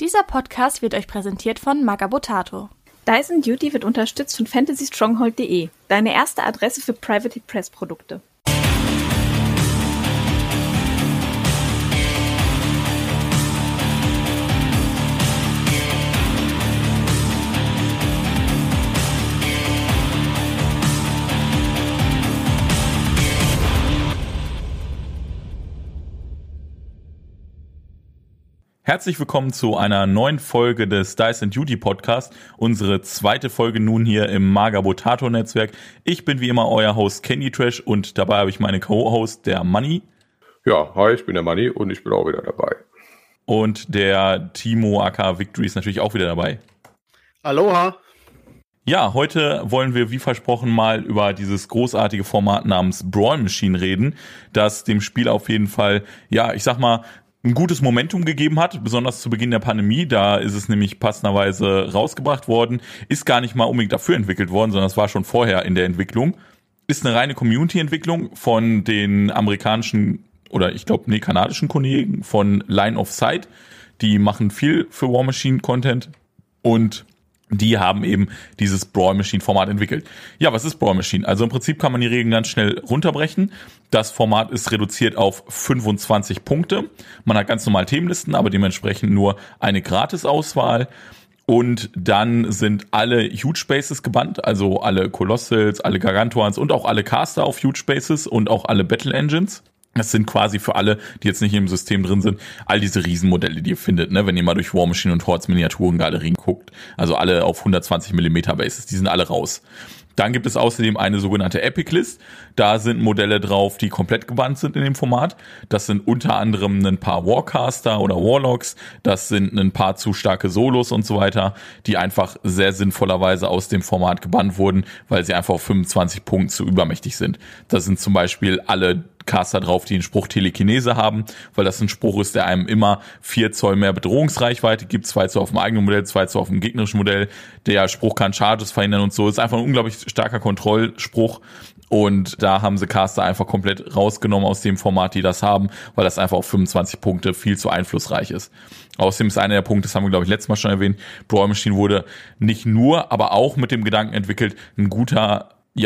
Dieser Podcast wird euch präsentiert von Magabotato. Dyson Duty wird unterstützt von fantasystronghold.de, deine erste Adresse für Private Press Produkte. Herzlich willkommen zu einer neuen Folge des Dyson Duty Podcast. Unsere zweite Folge nun hier im Magabotato-Netzwerk. Ich bin wie immer euer Host Candy Trash und dabei habe ich meine Co-Host, der Manni. Ja, hi, ich bin der Manni und ich bin auch wieder dabei. Und der Timo aka Victory ist natürlich auch wieder dabei. Aloha! Ja, heute wollen wir wie versprochen mal über dieses großartige Format namens Brawl Machine reden, das dem Spiel auf jeden Fall, ja, ich sag mal, ein gutes Momentum gegeben hat, besonders zu Beginn der Pandemie. Da ist es nämlich passenderweise rausgebracht worden, ist gar nicht mal unbedingt dafür entwickelt worden, sondern es war schon vorher in der Entwicklung. Ist eine reine Community-Entwicklung von den amerikanischen oder ich glaube kanadischen Kollegen von Line of Sight. Die machen viel für War Machine Content und die haben eben dieses Brawl Machine Format entwickelt. Ja, was ist Brawl Machine? Also im Prinzip kann man die Regeln ganz schnell runterbrechen. Das Format ist reduziert auf 25 Punkte. Man hat ganz normal Themenlisten, aber dementsprechend nur eine Gratisauswahl. Und dann sind alle Huge Spaces gebannt, also alle Colossals, alle Gargantuans und auch alle Caster auf Huge Spaces und auch alle Battle Engines. Das sind quasi für alle, die jetzt nicht im System drin sind, all diese Riesenmodelle, die ihr findet, ne, wenn ihr mal durch War Machine und Hordes Miniaturengalerien guckt. Also alle auf 120 mm Bases, die sind alle raus. Dann gibt es außerdem eine sogenannte Epic List. Da sind Modelle drauf, die komplett gebannt sind in dem Format. Das sind unter anderem ein paar Warcaster oder Warlocks. Das sind ein paar zu starke Solos und so weiter, die einfach sehr sinnvollerweise aus dem Format gebannt wurden, weil sie einfach auf 25 Punkten zu übermächtig sind. Das sind zum Beispiel alle Caster drauf, die den Spruch Telekinese haben, weil das ein Spruch ist, der einem immer 4 Zoll mehr Bedrohungsreichweite gibt, 2 Zoll auf dem eigenen Modell, 2 Zoll auf dem gegnerischen Modell. Der Spruch kann Charges verhindern und so. Ist einfach ein unglaublich starker Kontrollspruch. Und da haben sie Caster einfach komplett rausgenommen aus dem Format, die das haben, weil das einfach auf 25 Punkte viel zu einflussreich ist. Außerdem ist einer der Punkte, das haben wir glaube ich letztes Mal schon erwähnt, Brawl Machine wurde nicht nur, aber auch mit dem Gedanken entwickelt, ein guter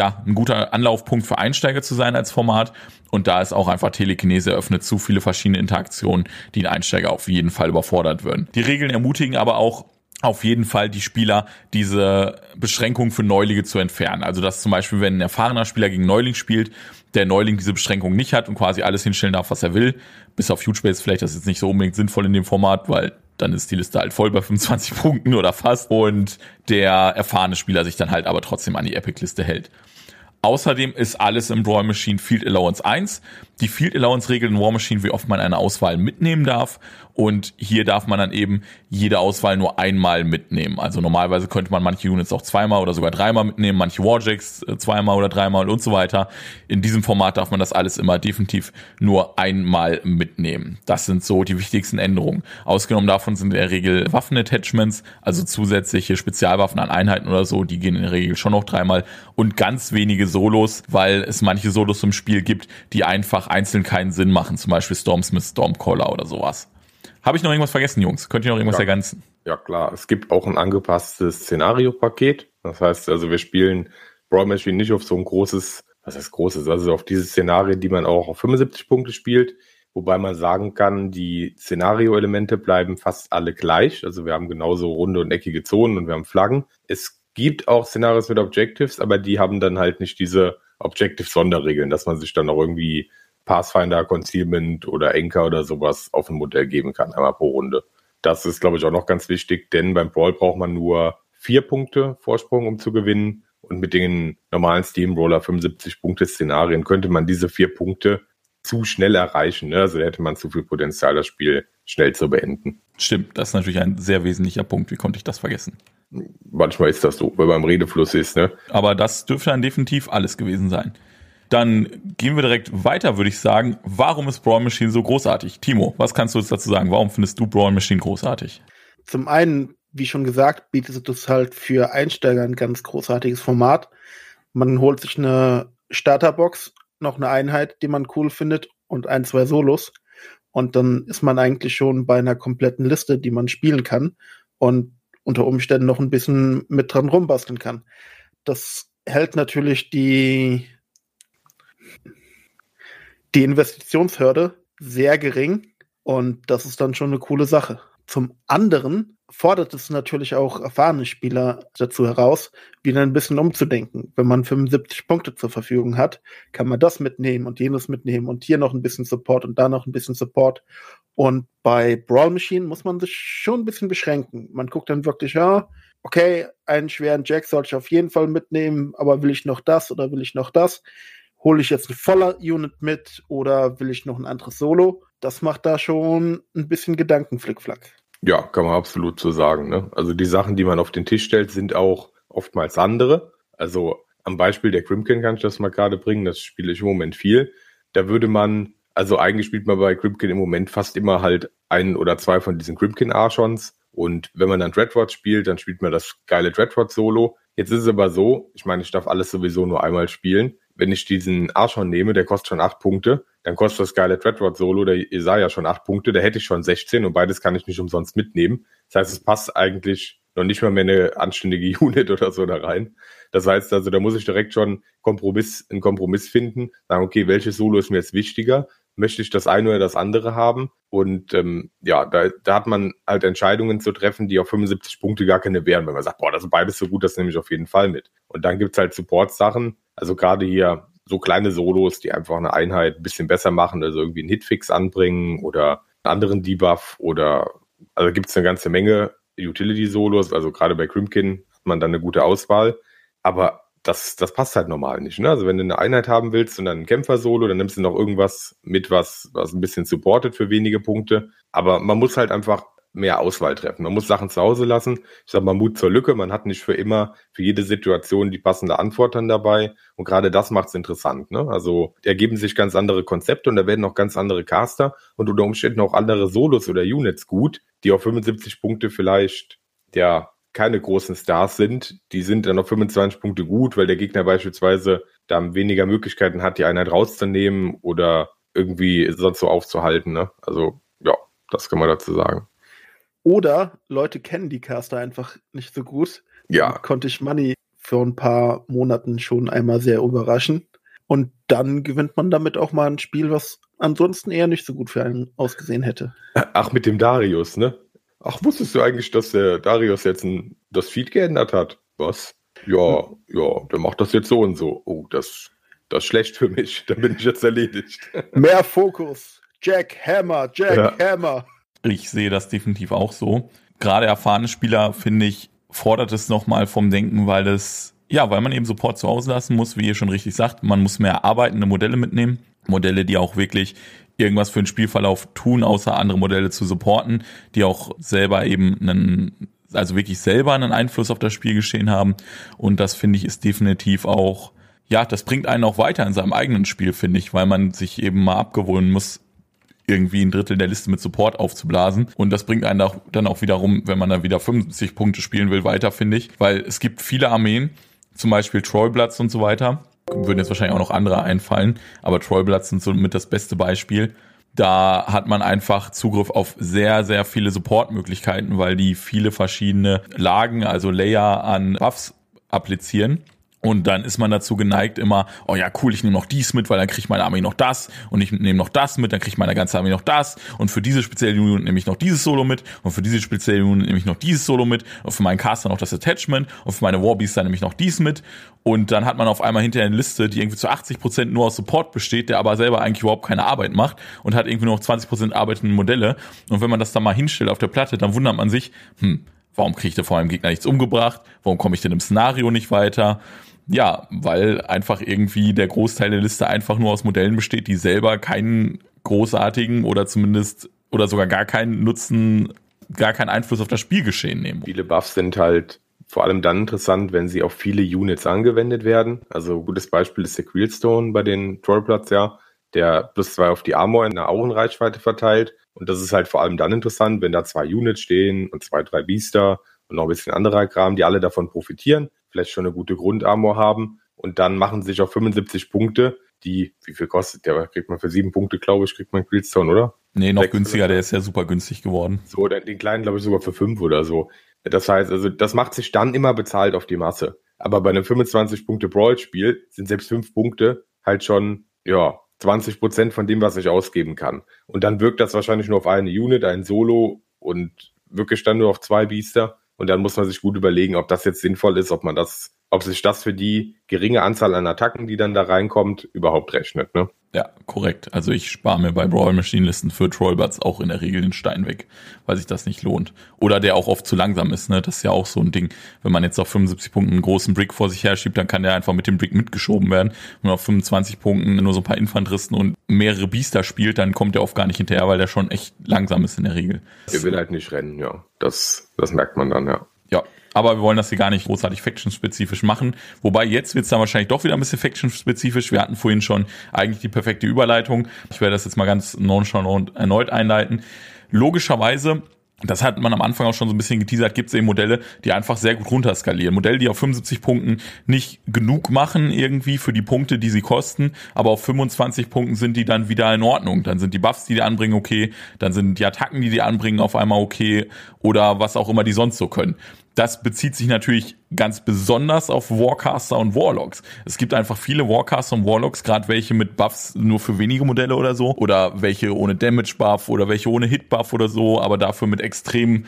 Anlaufpunkt für Einsteiger zu sein als Format. Und da ist auch einfach Telekinese eröffnet zu viele verschiedene Interaktionen, die ein Einsteiger auf jeden Fall überfordert würden. Die Regeln ermutigen aber auch auf jeden Fall die Spieler, diese Beschränkung für Neulinge zu entfernen. Also dass zum Beispiel, wenn ein erfahrener Spieler gegen Neuling spielt, der Neuling diese Beschränkung nicht hat und quasi alles hinstellen darf, was er will, bis auf Huge Space vielleicht, das ist jetzt nicht so unbedingt sinnvoll in dem Format, weil dann ist die Liste halt voll bei 25 Punkten oder fast und der erfahrene Spieler sich dann halt aber trotzdem an die Epic-Liste hält. Außerdem ist alles im Brawl Machine Field Allowance 1. Die Field Allowance regelt in War Machine, wie oft man eine Auswahl mitnehmen darf. Und hier darf man dann eben jede Auswahl nur einmal mitnehmen. Also normalerweise könnte man manche Units auch zweimal oder sogar dreimal mitnehmen, manche Warjacks zweimal oder dreimal und so weiter. In diesem Format darf man das alles immer definitiv nur einmal mitnehmen. Das sind so die wichtigsten Änderungen. Ausgenommen davon sind in der Regel Waffen-Attachments, also zusätzliche Spezialwaffen an Einheiten oder so, die gehen in der Regel schon noch dreimal. Und ganz wenige Solos, weil es manche Solos im Spiel gibt, die einfach einzeln keinen Sinn machen. Zum Beispiel Stormsmith, Stormcaller oder sowas. Habe ich noch irgendwas vergessen, Jungs? Könnt ihr noch irgendwas ergänzen? Ja, klar. Es gibt auch ein angepasstes Szenario-Paket. Das heißt, also wir spielen Brawl Machine nicht auf so ein großes, was heißt großes, also auf diese Szenarien, die man auch auf 75 Punkte spielt. Wobei man sagen kann, die Szenario-Elemente bleiben fast alle gleich. Also wir haben genauso runde und eckige Zonen und wir haben Flaggen. Es gibt auch Szenarios mit Objectives, aber die haben dann halt nicht diese Objective-Sonderregeln, dass man sich dann auch irgendwie Pathfinder, Concealment oder Anchor oder sowas auf ein Modell geben kann, einmal pro Runde. Das ist, glaube ich, auch noch ganz wichtig, denn beim Brawl braucht man nur 4 Punkte Vorsprung, um zu gewinnen. Und mit den normalen Steamroller 75 Punkte Szenarien könnte man diese 4 Punkte zu schnell erreichen. Ne? Also da hätte man zu viel Potenzial, das Spiel schnell zu beenden. Stimmt, das ist natürlich ein sehr wesentlicher Punkt. Wie konnte ich das vergessen? Manchmal ist das so, weil man im Redefluss ist. Ne? Aber das dürfte dann definitiv alles gewesen sein. Dann gehen wir direkt weiter, würde ich sagen. Warum ist Brawl Machine so großartig? Timo, was kannst du jetzt dazu sagen? Warum findest du Brawl Machine großartig? Zum einen, wie schon gesagt, bietet es halt für Einsteiger ein ganz großartiges Format. Man holt sich eine Starterbox, noch eine Einheit, die man cool findet und 1, 2 Solos. Und dann ist man eigentlich schon bei einer kompletten Liste, die man spielen kann und unter Umständen noch ein bisschen mit dran rumbasteln kann. Das hält natürlich die Investitionshürde sehr gering und das ist dann schon eine coole Sache. Zum anderen fordert es natürlich auch erfahrene Spieler dazu heraus, wieder ein bisschen umzudenken. Wenn man 75 Punkte zur Verfügung hat, kann man das mitnehmen und jenes mitnehmen und hier noch ein bisschen Support und da noch ein bisschen Support. Und bei Brawl Machine muss man sich schon ein bisschen beschränken. Man guckt dann wirklich, ja, okay, einen schweren Jack sollte ich auf jeden Fall mitnehmen, aber will ich noch das oder will ich noch das? Hole ich jetzt eine voller Unit mit oder will ich noch ein anderes Solo? Das macht da schon ein bisschen Gedankenflickflack. Ja, kann man absolut so sagen, ne? Also die Sachen, die man auf den Tisch stellt, sind auch oftmals andere. Also am Beispiel der Crimkin kann ich das mal gerade bringen, das spiele ich im Moment viel. Da würde man, also eigentlich spielt man bei Crimkin im Moment fast immer halt ein oder zwei von diesen Crimkin-Archons. Und wenn man dann Dreadrod spielt, dann spielt man das geile Dreadrod-Solo. Jetzt ist es aber so, ich meine, ich darf alles sowieso nur einmal spielen. Wenn ich diesen Archon nehme, der kostet schon 8 Punkte, dann kostet das geile Dreadrod-Solo, der Isaiah schon 8 Punkte, da hätte ich schon 16 und beides kann ich nicht umsonst mitnehmen. Das heißt, es passt eigentlich noch nicht mal mehr eine anständige Unit oder so da rein. Das heißt also, da muss ich direkt schon einen Kompromiss finden, sagen, okay, welches Solo ist mir jetzt wichtiger? Möchte ich das eine oder das andere haben? Und da hat man halt Entscheidungen zu treffen, die auf 75 Punkte gar keine wären, wenn man sagt, boah, das ist beides so gut, das nehme ich auf jeden Fall mit. Und dann gibt's halt Support-Sachen, also gerade hier so kleine Solos, die einfach eine Einheit ein bisschen besser machen, also irgendwie einen Hitfix anbringen oder einen anderen Debuff also gibt's eine ganze Menge Utility-Solos, also gerade bei Crimkin hat man dann eine gute Auswahl, aber das passt halt normal nicht, ne? Also wenn du eine Einheit haben willst und dann ein Kämpfer-Solo, dann nimmst du noch irgendwas mit, was ein bisschen supportet für wenige Punkte, aber man muss halt einfach mehr Auswahl treffen. Man muss Sachen zu Hause lassen. Ich sag mal, Mut zur Lücke. Man hat nicht für jede Situation die passende Antwort dann dabei. Und gerade das macht's interessant, ne? Also, da ergeben sich ganz andere Konzepte und da werden auch ganz andere Caster und unter Umständen auch andere Solos oder Units gut, die auf 75 Punkte vielleicht, ja, keine großen Stars sind. Die sind dann auf 25 Punkte gut, weil der Gegner beispielsweise da weniger Möglichkeiten hat, die Einheit rauszunehmen oder irgendwie sonst so aufzuhalten, ne? Also, ja, das kann man dazu sagen. Oder Leute kennen die Caster einfach nicht so gut. Ja. Dann konnte ich Money für ein paar Monaten schon einmal sehr überraschen. Und dann gewinnt man damit auch mal ein Spiel, was ansonsten eher nicht so gut für einen ausgesehen hätte. Ach, mit dem Darius, ne? Ach, wusstest du eigentlich, dass der Darius jetzt das Feed geändert hat? Was? Ja, der macht das jetzt so und so. Oh, das ist schlecht für mich. Dann bin ich jetzt erledigt. Mehr Fokus. Jack Hammer. Ich sehe das definitiv auch so. Gerade erfahrene Spieler, finde ich, fordert es nochmal vom Denken, weil man eben Support zu Hause lassen muss, wie ihr schon richtig sagt. Man muss mehr arbeitende Modelle mitnehmen. Modelle, die auch wirklich irgendwas für den Spielverlauf tun, außer andere Modelle zu supporten, die auch selber eben wirklich selber einen Einfluss auf das Spielgeschehen haben. Und das, finde ich, ist definitiv auch, das bringt einen auch weiter in seinem eigenen Spiel, finde ich, weil man sich eben mal abgewöhnen muss, irgendwie ein Drittel der Liste mit Support aufzublasen. Und das bringt einen dann auch wiederum, wenn man dann wieder 50 Punkte spielen will, weiter, finde ich. Weil es gibt viele Armeen, zum Beispiel Trollbloods und so weiter, würden jetzt wahrscheinlich auch noch andere einfallen, aber Trollbloods sind somit das beste Beispiel. Da hat man einfach Zugriff auf sehr, sehr viele Support-Möglichkeiten, weil die viele verschiedene Lagen, also Layer an Buffs applizieren. Und dann ist man dazu geneigt immer, oh ja, cool, ich nehme noch dies mit, weil dann kriegt meine Armee noch das. Und ich nehme noch das mit, dann kriegt meine ganze Armee noch das. Und für diese spezielle Unit nehme ich noch dieses Solo mit. Und für diese spezielle Unit nehme ich noch dieses Solo mit. Und für meinen Caster noch das Attachment. Und für meine Warbeaster nehme ich noch dies mit. Und dann hat man auf einmal hinterher eine Liste, die irgendwie zu 80% nur aus Support besteht, der aber selber eigentlich überhaupt keine Arbeit macht. Und hat irgendwie nur noch 20% arbeitende Modelle. Und wenn man das dann mal hinstellt auf der Platte, dann wundert man sich, warum kriege ich denn vor meinem Gegner nichts umgebracht? Warum komme ich denn im Szenario nicht weiter? Ja, weil einfach irgendwie der Großteil der Liste einfach nur aus Modellen besteht, die selber keinen großartigen oder sogar gar keinen Nutzen, gar keinen Einfluss auf das Spielgeschehen nehmen. Viele Buffs sind halt vor allem dann interessant, wenn sie auf viele Units angewendet werden. Also ein gutes Beispiel ist der Creelstone bei den Trollbloods, ja, der +2 auf die Armor in der Augenreichweite verteilt. Und das ist halt vor allem dann interessant, wenn da 2 Units stehen und 2, 3 Beaster und noch ein bisschen anderer Kram, die alle davon profitieren, vielleicht schon eine gute Grundarmor haben und dann machen sich auf 75 Punkte wie viel kostet der? Kriegt man für 7 Punkte, glaube ich, kriegt man Greenstone, oder? Nee, noch günstiger, der ist ja super günstig geworden. So, den kleinen, glaube ich, sogar für 5 oder so. Das heißt, also das macht sich dann immer bezahlt auf die Masse. Aber bei einem 25-Punkte-Brawl-Spiel sind selbst 5 Punkte halt schon, 20% von dem, was ich ausgeben kann. Und dann wirkt das wahrscheinlich nur auf eine Unit, ein Solo und wirklich dann nur auf 2 Biester. Und dann muss man sich gut überlegen, ob das jetzt sinnvoll ist, ob sich das für die geringe Anzahl an Attacken, die dann da reinkommt, überhaupt rechnet, ne? Ja, korrekt. Also ich spare mir bei Brawl-Machine-Listen für Trollbats auch in der Regel den Stein weg, weil sich das nicht lohnt. Oder der auch oft zu langsam ist, ne? Das ist ja auch so ein Ding. Wenn man jetzt auf 75 Punkten einen großen Brick vor sich her schiebt, dann kann der einfach mit dem Brick mitgeschoben werden. Wenn man auf 25 Punkten nur so ein paar Infanteristen und mehrere Biester spielt, dann kommt der oft gar nicht hinterher, weil der schon echt langsam ist in der Regel. Der will halt nicht rennen, ja. Das merkt man dann, ja. Ja, aber wir wollen das hier gar nicht großartig faction-spezifisch machen. Wobei jetzt wird's dann wahrscheinlich doch wieder ein bisschen faction-spezifisch. Wir hatten vorhin schon eigentlich die perfekte Überleitung. Ich werde das jetzt mal ganz nonchalant erneut einleiten. Logischerweise, das hat man am Anfang auch schon so ein bisschen geteasert, gibt es eben Modelle, die einfach sehr gut runterskalieren. Modelle, die auf 75 Punkten nicht genug machen irgendwie für die Punkte, die sie kosten, aber auf 25 Punkten sind die dann wieder in Ordnung. Dann sind die Buffs, die anbringen, okay, dann sind die Attacken, die anbringen, auf einmal okay oder was auch immer die sonst so können. Das bezieht sich natürlich ganz besonders auf Warcaster und Warlocks. Es gibt einfach viele Warcaster und Warlocks, gerade welche mit Buffs nur für wenige Modelle oder so, oder welche ohne Damage-Buff oder welche ohne Hit-Buff oder so, aber dafür mit extremen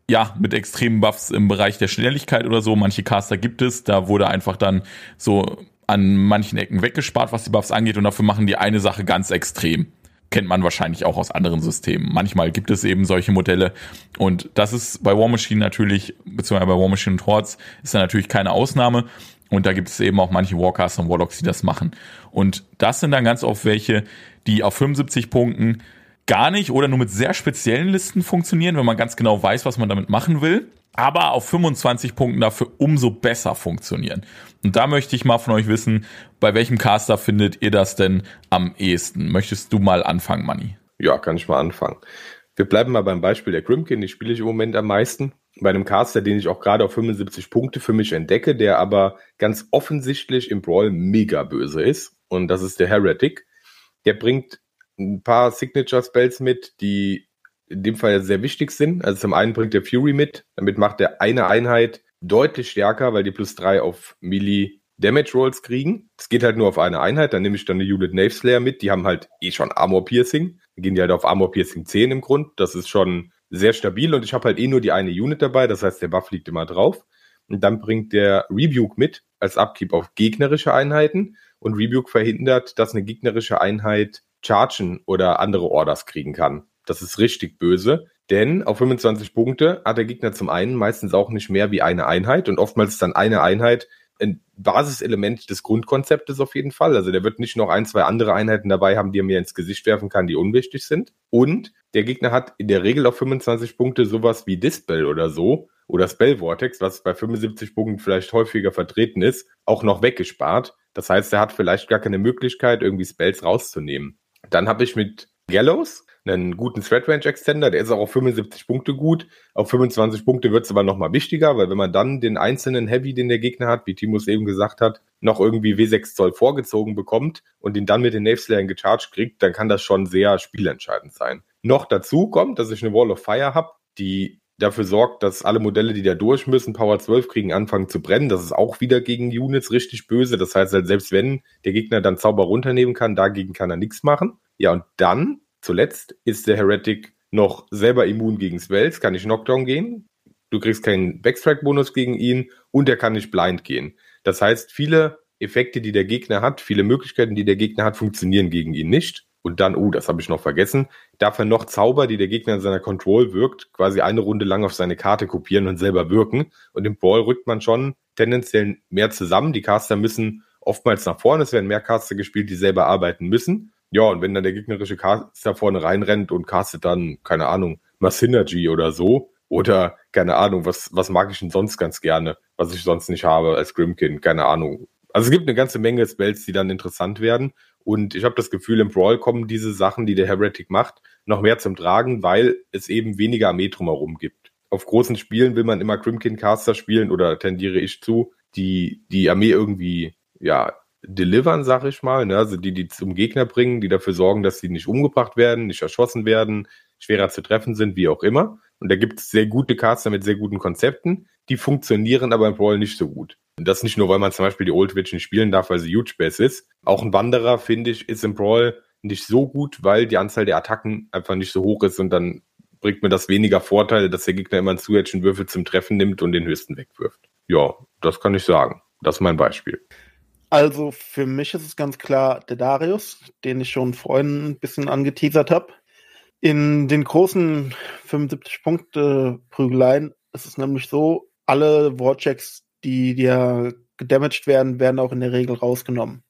Buffs im Bereich der Schnelligkeit oder so. Manche Caster gibt es, da wurde einfach dann so an manchen Ecken weggespart, was die Buffs angeht, und dafür machen die eine Sache ganz extrem. Kennt man wahrscheinlich auch aus anderen Systemen. Manchmal gibt es eben solche Modelle. Und das ist bei War Machine natürlich, beziehungsweise bei War Machine und Hordes, ist da natürlich keine Ausnahme. Und da gibt es eben auch manche Warcaster und Warlocks, die das machen. Und das sind dann ganz oft welche, die auf 75 Punkten gar nicht oder nur mit sehr speziellen Listen funktionieren, wenn man ganz genau weiß, was man damit machen will. Aber auf 25 Punkten dafür umso besser funktionieren. Und da möchte ich mal von euch wissen, bei welchem Caster findet ihr das denn am ehesten? Möchtest du mal anfangen, Manni? Ja, kann ich mal anfangen. Wir bleiben mal beim Beispiel der Crimkin, die spiele ich im Moment am meisten. Bei einem Caster, den ich auch gerade auf 75 Punkte für mich entdecke, der aber ganz offensichtlich im Brawl mega böse ist. Und das ist der Heretic. Der bringt ein paar Signature-Spells mit, die in dem Fall sehr wichtig sind. Also zum einen bringt der Fury mit, damit macht er eine Einheit deutlich stärker, weil die +3 auf Melee Damage Rolls kriegen. Es geht halt nur auf eine Einheit, dann nehme ich dann eine Unit Knave Slayer mit, die haben halt schon Armor Piercing. Dann gehen die halt auf Armor Piercing 10 im Grund, das ist schon sehr stabil und ich habe halt nur die eine Unit dabei, das heißt der Buff liegt immer drauf. Und dann bringt der Rebuke mit als Upkeep auf gegnerische Einheiten und Rebuke verhindert, dass eine gegnerische Einheit chargen oder andere Orders kriegen kann. Das ist richtig böse, denn auf 25 Punkte hat der Gegner zum einen meistens auch nicht mehr wie eine Einheit und oftmals ist dann eine Einheit ein Basiselement des Grundkonzeptes auf jeden Fall. Also der wird nicht noch 1, 2 andere Einheiten dabei haben, die er mir ins Gesicht werfen kann, die unwichtig sind. Und der Gegner hat in der Regel auf 25 Punkte sowas wie Dispel oder so oder Spell Vortex, was bei 75 Punkten vielleicht häufiger vertreten ist, auch noch weggespart. Das heißt, er hat vielleicht gar keine Möglichkeit, irgendwie Spells rauszunehmen. Dann habe ich mit Gallows einen guten Threat Range Extender, der ist auch auf 75 Punkte gut. Auf 25 Punkte wird es aber nochmal wichtiger, weil wenn man dann den einzelnen Heavy, den der Gegner hat, wie Timus eben gesagt hat, noch irgendwie W6 Zoll vorgezogen bekommt und ihn dann mit den Knave Slayern gecharged kriegt, dann kann das schon sehr spielentscheidend sein. Noch dazu kommt, dass ich eine Wall of Fire habe, die dafür sorgt, dass alle Modelle, die da durch müssen, Power 12 kriegen, anfangen zu brennen. Das ist auch wieder gegen Units richtig böse. Das heißt halt, selbst wenn der Gegner dann Zauber runternehmen kann, dagegen kann er nichts machen. Ja, und dann zuletzt ist der Heretic noch selber immun gegen Spells, kann nicht Knockdown gehen, du kriegst keinen Backstrike-Bonus gegen ihn und er kann nicht blind gehen. Das heißt, viele Effekte, die der Gegner hat, viele Möglichkeiten, die der Gegner hat, funktionieren gegen ihn nicht. Und dann, das habe ich noch vergessen, darf er noch Zauber, die der Gegner in seiner Control wirkt, quasi eine Runde lang auf seine Karte kopieren und selber wirken. Und im Brawl rückt man schon tendenziell mehr zusammen. Die Caster müssen oftmals nach vorne, es werden mehr Caster gespielt, die selber arbeiten müssen. Ja, und wenn dann der gegnerische Caster vorne reinrennt und castet dann, keine Ahnung, mal Synergy oder so, oder, keine Ahnung, was mag ich denn sonst ganz gerne, was ich sonst nicht habe als Grimkin, keine Ahnung. Also es gibt eine ganze Menge Spells, die dann interessant werden und ich habe das Gefühl, im Brawl kommen diese Sachen, die der Heretic macht, noch mehr zum Tragen, weil es eben weniger Armee drumherum gibt. Auf großen Spielen will man immer Grimkin-Caster spielen oder tendiere ich zu, die Armee irgendwie, delivern, sag ich mal, ne? Also die zum Gegner bringen, die dafür sorgen, dass sie nicht umgebracht werden, nicht erschossen werden, schwerer zu treffen sind, wie auch immer. Und da gibt es sehr gute Caster mit sehr guten Konzepten, die funktionieren aber im Brawl nicht so gut. Und das nicht nur, weil man zum Beispiel die Old Witch nicht spielen darf, weil sie Huge Bass ist. Auch ein Wanderer, finde ich, ist im Brawl nicht so gut, weil die Anzahl der Attacken einfach nicht so hoch ist und dann bringt mir das weniger Vorteile, dass der Gegner immer einen zusätzlichen Würfel zum Treffen nimmt und den höchsten wegwirft. Ja, das kann ich sagen. Das ist mein Beispiel. Also für mich ist es ganz klar der Darius, den ich schon vorhin ein bisschen angeteasert habe. In den großen 75-Punkte-Prügeleien ist es nämlich so, alle Warchecks, die dir gedamaged werden, werden auch in der Regel rausgenommen.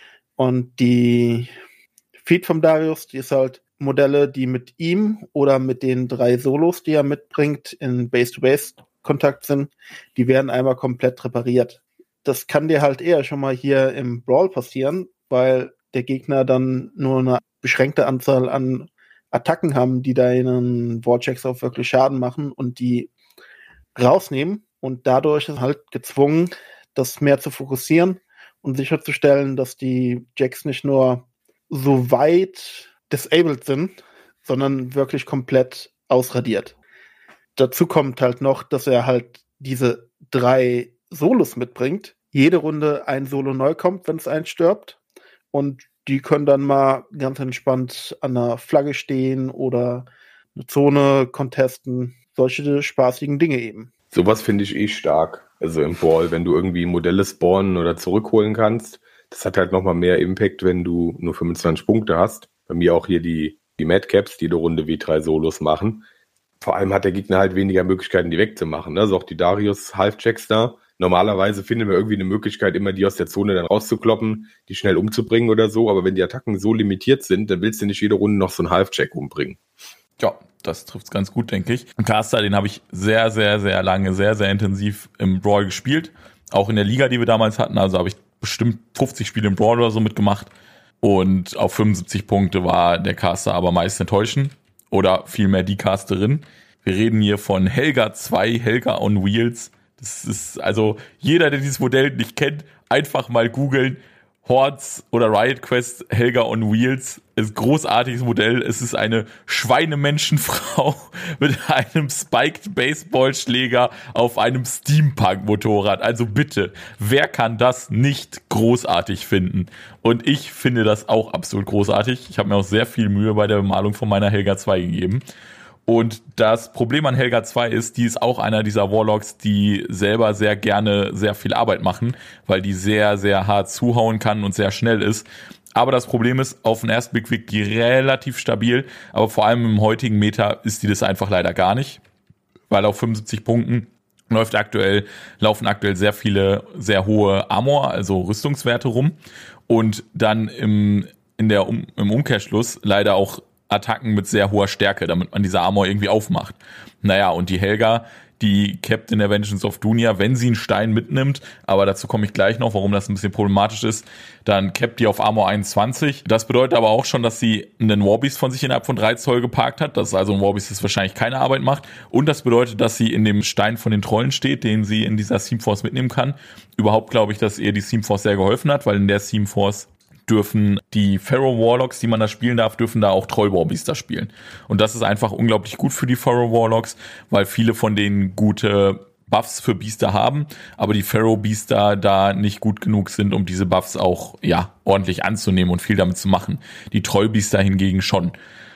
Und die Feed vom Darius, die ist halt Modelle, die mit ihm oder mit den 3 Solos, die er mitbringt, in Base-to-Base-Kontakt sind, die werden einmal komplett repariert. Das kann dir halt eher schon mal hier im Brawl passieren, weil der Gegner dann nur eine beschränkte Anzahl an Attacken haben, die deinen Warchecks auch wirklich Schaden machen und die rausnehmen. Und dadurch ist halt gezwungen, das mehr zu fokussieren und sicherzustellen, dass die Jacks nicht nur so weit disabled sind, sondern wirklich komplett ausradiert. Dazu kommt halt noch, dass er halt diese 3 Solos mitbringt. Jede Runde ein Solo neu kommt, wenn es eins stirbt. Und die können dann mal ganz entspannt an einer Flagge stehen oder eine Zone contesten. Solche spaßigen Dinge eben. Sowas finde ich stark. Also im Brawl, wenn du irgendwie Modelle spawnen oder zurückholen kannst. Das hat halt nochmal mehr Impact, wenn du nur 25 Punkte hast. Bei mir auch hier die Madcaps, die jede Runde wie 3 Solos machen. Vor allem hat der Gegner halt weniger Möglichkeiten, die wegzumachen. Also auch die Darius Half-Checks da. Normalerweise finden wir irgendwie eine Möglichkeit, immer die aus der Zone dann rauszukloppen, die schnell umzubringen oder so. Aber wenn die Attacken so limitiert sind, dann willst du nicht jede Runde noch so einen Half-Check umbringen. Ja, das trifft's ganz gut, denke ich. Caster, den habe ich sehr, sehr, sehr lange, sehr, sehr intensiv im Brawl gespielt. Auch in der Liga, die wir damals hatten. Also habe ich bestimmt 50 Spiele im Brawl oder so mitgemacht. Und auf 75 Punkte war der Caster aber meist enttäuschend. Oder vielmehr die Casterin. Wir reden hier von Helga 2, Helga on Wheels. Das ist also jeder, der dieses Modell nicht kennt, einfach mal googeln. Hordes oder Riot Quest Helga on Wheels. Ist ein großartiges Modell. Es ist eine Schweinemenschenfrau mit einem spiked Baseballschläger auf einem Steampunk-Motorrad. Also bitte, wer kann das nicht großartig finden? Und ich finde das auch absolut großartig. Ich habe mir auch sehr viel Mühe bei der Bemalung von meiner Helga 2 gegeben. Und das Problem an Helga 2 ist, die ist auch einer dieser Warlocks, die selber sehr gerne sehr viel Arbeit machen, weil die sehr, sehr hart zuhauen kann und sehr schnell ist. Aber das Problem ist, auf den ersten Blick wirkt die relativ stabil, aber vor allem im heutigen Meta ist die das einfach leider gar nicht, weil auf 75 Punkten laufen aktuell sehr viele, sehr hohe Armor, also Rüstungswerte rum und dann im Umkehrschluss leider auch Attacken mit sehr hoher Stärke, damit man diese Armor irgendwie aufmacht. Naja, und die Helga, die capt in der Vengeance of Dunia, wenn sie einen Stein mitnimmt, aber dazu komme ich gleich noch, warum das ein bisschen problematisch ist, dann capt die auf Armor 21. Das bedeutet aber auch schon, dass sie einen Warbeast von sich innerhalb von 3 Zoll geparkt hat, dass also ein Warbeast das wahrscheinlich keine Arbeit macht. Und das bedeutet, dass sie in dem Stein von den Trollen steht, den sie in dieser Teamforce mitnehmen kann. Überhaupt glaube ich, dass ihr die Teamforce sehr geholfen hat, weil in der Teamforce dürfen die Pharaoh Warlocks, die man da spielen darf, dürfen da auch Troll-Warbeaster spielen. Und das ist einfach unglaublich gut für die Pharaoh Warlocks, weil viele von denen gute Buffs für Biester haben, aber die Pharaoh Biester da nicht gut genug sind, um diese Buffs auch ordentlich anzunehmen und viel damit zu machen. Die Troll-Biester hingegen schon.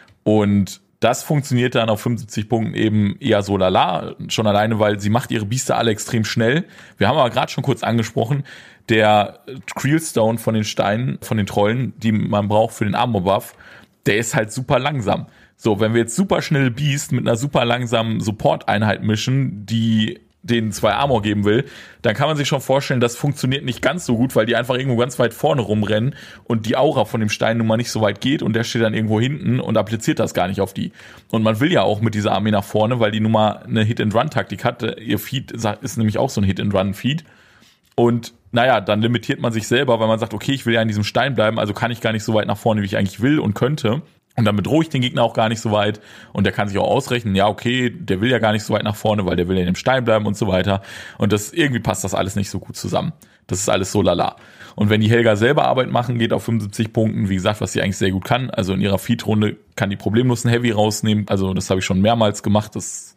Und das funktioniert dann auf 75 Punkten eben eher so lala, schon alleine, weil sie macht ihre Biester alle extrem schnell. Wir haben aber gerade schon kurz angesprochen, der Creelstone von den Steinen, von den Trollen, die man braucht für den Armor-Buff, der ist halt super langsam. So, wenn wir jetzt super schnell Beast mit einer super langsamen Support-Einheit mischen, die denen 2 Armor geben will, dann kann man sich schon vorstellen, das funktioniert nicht ganz so gut, weil die einfach irgendwo ganz weit vorne rumrennen und die Aura von dem Stein nun mal nicht so weit geht und der steht dann irgendwo hinten und appliziert das gar nicht auf die. Und man will ja auch mit dieser Armee nach vorne, weil die nun mal eine Hit-and-Run-Taktik hat. Ihr Feed ist nämlich auch so ein Hit-and-Run-Feed. Und naja, dann limitiert man sich selber, weil man sagt, okay, ich will ja an diesem Stein bleiben, also kann ich gar nicht so weit nach vorne, wie ich eigentlich will und könnte. Und dann bedrohe ich den Gegner auch gar nicht so weit. Und der kann sich auch ausrechnen, ja, okay, der will ja gar nicht so weit nach vorne, weil der will ja in dem Stein bleiben und so weiter. Und irgendwie passt das alles nicht so gut zusammen. Das ist alles so lala. Und wenn die Helga selber Arbeit machen, geht auf 75 Punkten, wie gesagt, was sie eigentlich sehr gut kann. Also in ihrer Feed-Runde kann die problemlos einen Heavy rausnehmen. Also das habe ich schon mehrmals gemacht.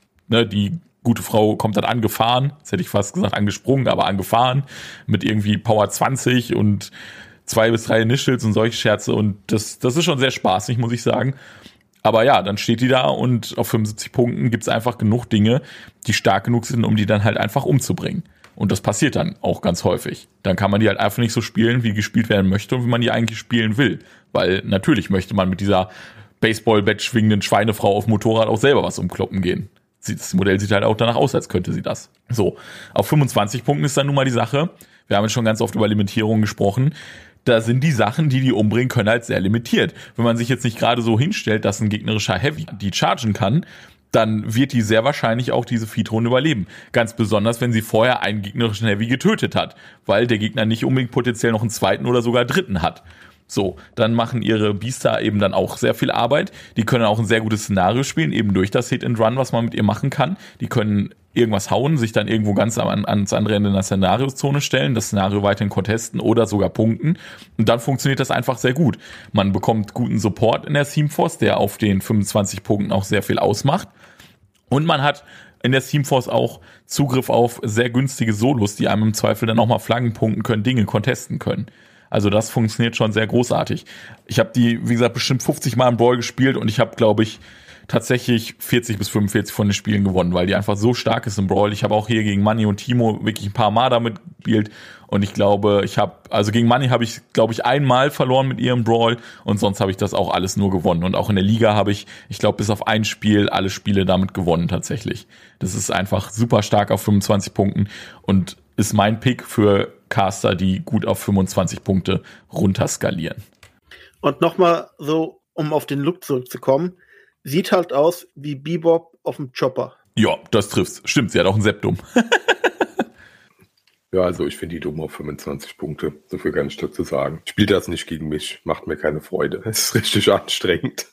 Die gute Frau kommt dann angefahren. Jetzt hätte ich fast gesagt angesprungen, aber angefahren. Mit irgendwie Power 20 und 2 bis 3 Initials und solche Scherze. Und das ist schon sehr spaßig, muss ich sagen. Aber ja, dann steht die da und auf 75 Punkten gibt's einfach genug Dinge, die stark genug sind, um die dann halt einfach umzubringen. Und das passiert dann auch ganz häufig. Dann kann man die halt einfach nicht so spielen, wie gespielt werden möchte und wie man die eigentlich spielen will. Weil natürlich möchte man mit dieser Baseball-Bat schwingenden Schweinefrau auf Motorrad auch selber was umkloppen gehen. Das Modell sieht halt auch danach aus, als könnte sie das. So, auf 25 Punkten ist dann nun mal die Sache. Wir haben jetzt schon ganz oft über Limitierungen gesprochen. Da sind die Sachen, die umbringen können, halt sehr limitiert. Wenn man sich jetzt nicht gerade so hinstellt, dass ein gegnerischer Heavy die chargen kann, dann wird die sehr wahrscheinlich auch diese Feed-Runde überleben. Ganz besonders, wenn sie vorher einen gegnerischen Heavy getötet hat, weil der Gegner nicht unbedingt potenziell noch einen zweiten oder sogar dritten hat. So, dann machen ihre Biester eben dann auch sehr viel Arbeit. Die können auch ein sehr gutes Szenario spielen, eben durch das Hit and Run, was man mit ihr machen kann. Die können irgendwas hauen, sich dann irgendwo ganz ans andere Ende in der Szenariozone stellen, das Szenario weiterhin contesten oder sogar punkten. Und dann funktioniert das einfach sehr gut. Man bekommt guten Support in der Teamforce, der auf den 25 Punkten auch sehr viel ausmacht. Und man hat in der Teamforce auch Zugriff auf sehr günstige Solos, die einem im Zweifel dann auch mal Flaggen punkten können, Dinge contesten können. Also das funktioniert schon sehr großartig. Ich habe die, wie gesagt, bestimmt 50 Mal im Brawl gespielt und ich habe, glaube ich, tatsächlich 40 bis 45 von den Spielen gewonnen, weil die einfach so stark ist im Brawl. Ich habe auch hier gegen Manni und Timo wirklich ein paar Mal damit gespielt und ich glaube, gegen Manni habe ich, glaube ich, einmal verloren mit ihrem Brawl und sonst habe ich das auch alles nur gewonnen. Und auch in der Liga habe ich glaube, bis auf ein Spiel alle Spiele damit gewonnen tatsächlich. Das ist einfach super stark auf 25 Punkten und ist mein Pick für Caster, die gut auf 25 Punkte runterskalieren. Und nochmal so, um auf den Look zurückzukommen, sieht halt aus wie Bebop auf dem Chopper. Ja, das trifft's. Stimmt, sie hat auch ein Septum. Ja, also ich finde die dumm auf 25 Punkte. So viel kann ich dazu sagen. Spielt das nicht gegen mich. Macht mir keine Freude. Es ist richtig anstrengend.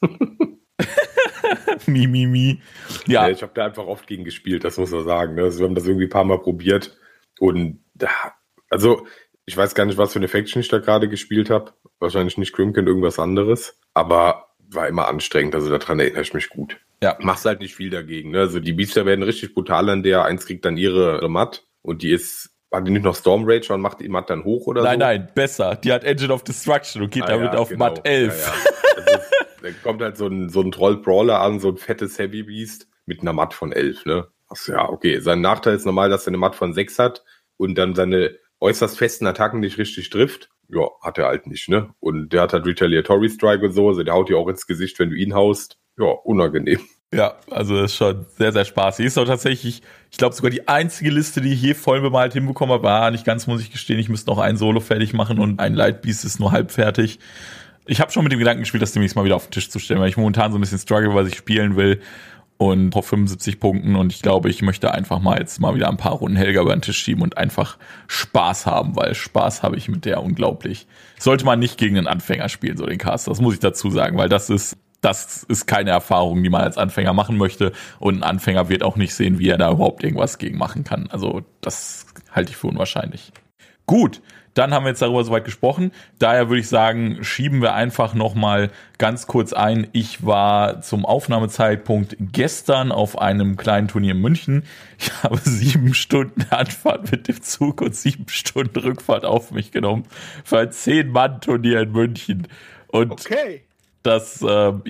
Mi. Ja, ich habe da einfach oft gegen gespielt, das muss man sagen. Also wir haben das irgendwie ein paar Mal probiert. Und also ich weiß gar nicht, was für eine Faction ich da gerade gespielt habe. Wahrscheinlich nicht Crimkin, irgendwas anderes. Aber war immer anstrengend, also daran erinnere ich mich gut. Ja. Machst halt nicht viel dagegen, ne? Also die Biester werden richtig brutal an der. Eins kriegt dann ihre Matt und hat die nicht noch Storm Rage und macht die Matt dann hoch oder so? Nein, besser. Die hat Engine of Destruction und geht damit auf genau. Matt 11. Ja. Da kommt halt so ein Troll-Brawler an, so ein fettes Heavy Beast mit einer Matt von 11, ne? Also ja, okay. Sein Nachteil ist normal, dass er eine Matt von 6 hat und dann seine äußerst festen Attacken nicht richtig trifft. Ja, hat er halt nicht, ne? Und der hat halt Retaliatory Strike und so, also der haut dir auch ins Gesicht, wenn du ihn haust. Ja, unangenehm. Ja, also das ist schon sehr, sehr spaßig. Ist auch tatsächlich, ich glaube sogar die einzige Liste, die ich je voll bemalt hinbekommen habe, war nicht ganz, muss ich gestehen, ich müsste noch ein Solo fertig machen und ein Lightbeast ist nur halb fertig. Ich habe schon mit dem Gedanken gespielt, das demnächst mal wieder auf den Tisch zu stellen, weil ich momentan so ein bisschen struggle, was ich spielen will. Und auf 75 Punkten und ich glaube, ich möchte einfach mal jetzt mal wieder ein paar Runden Helga über den Tisch schieben und einfach Spaß haben, weil Spaß habe ich mit der unglaublich. Sollte man nicht gegen einen Anfänger spielen, so den Caster, das muss ich dazu sagen, weil das ist keine Erfahrung, die man als Anfänger machen möchte und ein Anfänger wird auch nicht sehen, wie er da überhaupt irgendwas gegen machen kann. Also das halte ich für unwahrscheinlich. Gut, dann haben wir jetzt darüber soweit gesprochen. Daher würde ich sagen, schieben wir einfach nochmal ganz kurz ein. Ich war zum Aufnahmezeitpunkt gestern auf einem kleinen Turnier in München. Ich habe 7 Stunden Anfahrt mit dem Zug und 7 Stunden Rückfahrt auf mich genommen für ein 10-Mann-Turnier in München. Und okay. Das,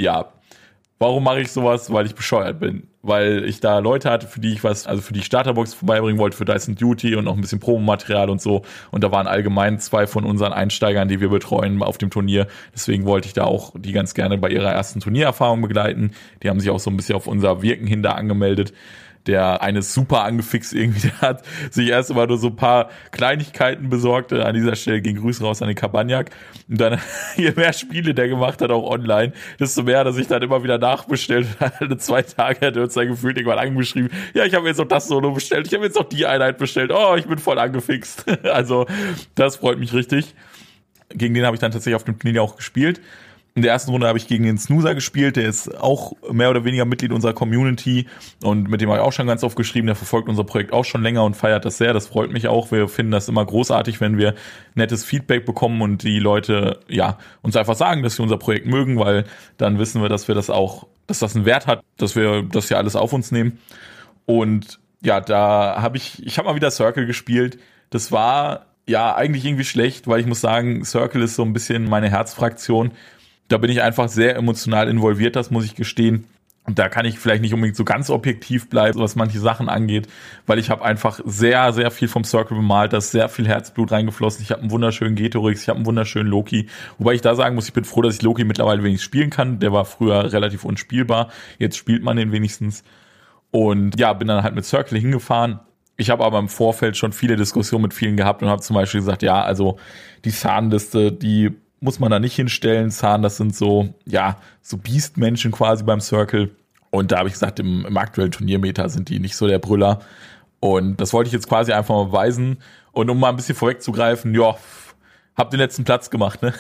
warum mache ich sowas? Weil ich bescheuert bin. Weil ich da Leute hatte, für die ich Starterbox vorbeibringen wollte für Dyson Duty und noch ein bisschen Promomaterial und so. Und da waren allgemein 2 von unseren Einsteigern, die wir betreuen auf dem Turnier. Deswegen wollte ich da auch die ganz gerne bei ihrer ersten Turniererfahrung begleiten. Die haben sich auch so ein bisschen auf unser Wirken hin da angemeldet. Der eine ist super angefixt irgendwie, der hat sich erst immer nur so ein paar Kleinigkeiten besorgt. An dieser Stelle gehen Grüße raus an den Kabaniak. Und dann, je mehr Spiele der gemacht hat, auch online, desto mehr hat er sich dann immer wieder nachbestellt. Alle 2 Tage hat er uns dann gefühlt irgendwann angeschrieben, ja, ich habe jetzt noch das Solo bestellt, ich habe jetzt noch die Einheit bestellt, oh, ich bin voll angefixt. Also, das freut mich richtig. Gegen den habe ich dann tatsächlich auf dem Turnier auch gespielt. In der ersten Runde habe ich gegen den Snoozer gespielt, der ist auch mehr oder weniger Mitglied unserer Community und mit dem habe ich auch schon ganz oft geschrieben, der verfolgt unser Projekt auch schon länger und feiert das sehr, das freut mich auch. Wir finden das immer großartig, wenn wir nettes Feedback bekommen und die Leute uns einfach sagen, dass sie unser Projekt mögen, weil dann wissen wir, dass das einen Wert hat, dass wir das ja alles auf uns nehmen. Und ja, da habe ich habe mal wieder Circle gespielt. Das war eigentlich irgendwie schlecht, weil ich muss sagen, Circle ist so ein bisschen meine Herzfraktion. Da bin ich einfach sehr emotional involviert, das muss ich gestehen. Und da kann ich vielleicht nicht unbedingt so ganz objektiv bleiben, was manche Sachen angeht, weil ich habe einfach sehr, sehr viel vom Circle bemalt, da ist sehr viel Herzblut reingeflossen. Ich habe einen wunderschönen Getorix, ich habe einen wunderschönen Loki. Wobei ich da sagen muss, ich bin froh, dass ich Loki mittlerweile wenigstens spielen kann. Der war früher relativ unspielbar, jetzt spielt man den wenigstens. Und ja, bin dann halt mit Circle hingefahren. Ich habe aber im Vorfeld schon viele Diskussionen mit vielen gehabt und habe zum Beispiel gesagt, also die Zahnliste, die muss man da nicht hinstellen. Zahn, das sind so Beast-Menschen quasi beim Circle. Und da habe ich gesagt, im aktuellen Turniermeter sind die nicht so der Brüller. Und das wollte ich jetzt quasi einfach mal beweisen. Und um mal ein bisschen vorwegzugreifen, hab den letzten Platz gemacht, ne?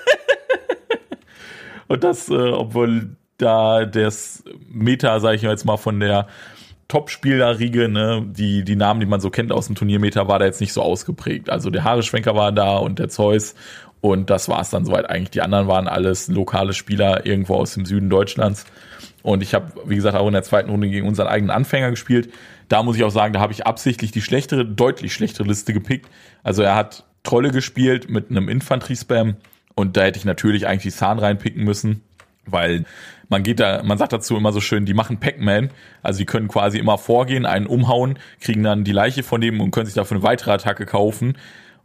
Und das, obwohl da das Meta, sage ich jetzt mal, von der Top-Spielerriege, ne, die Namen, die man so kennt aus dem Turniermeter, war da jetzt nicht so ausgeprägt. Also der Haareschwenker war da und der Zeus. Und das war es dann soweit eigentlich. Die anderen waren alles lokale Spieler irgendwo aus dem Süden Deutschlands. Und ich habe, wie gesagt, auch in der zweiten Runde gegen unseren eigenen Anfänger gespielt. Da muss ich auch sagen, da habe ich absichtlich die deutlich schlechtere Liste gepickt. Also er hat Trolle gespielt mit einem Infanterie-Spam. Und da hätte ich natürlich eigentlich die Zahn reinpicken müssen. Weil man sagt dazu immer so schön, die machen Pac-Man. Also die können quasi immer vorgehen, einen umhauen, kriegen dann die Leiche von dem und können sich dafür eine weitere Attacke kaufen.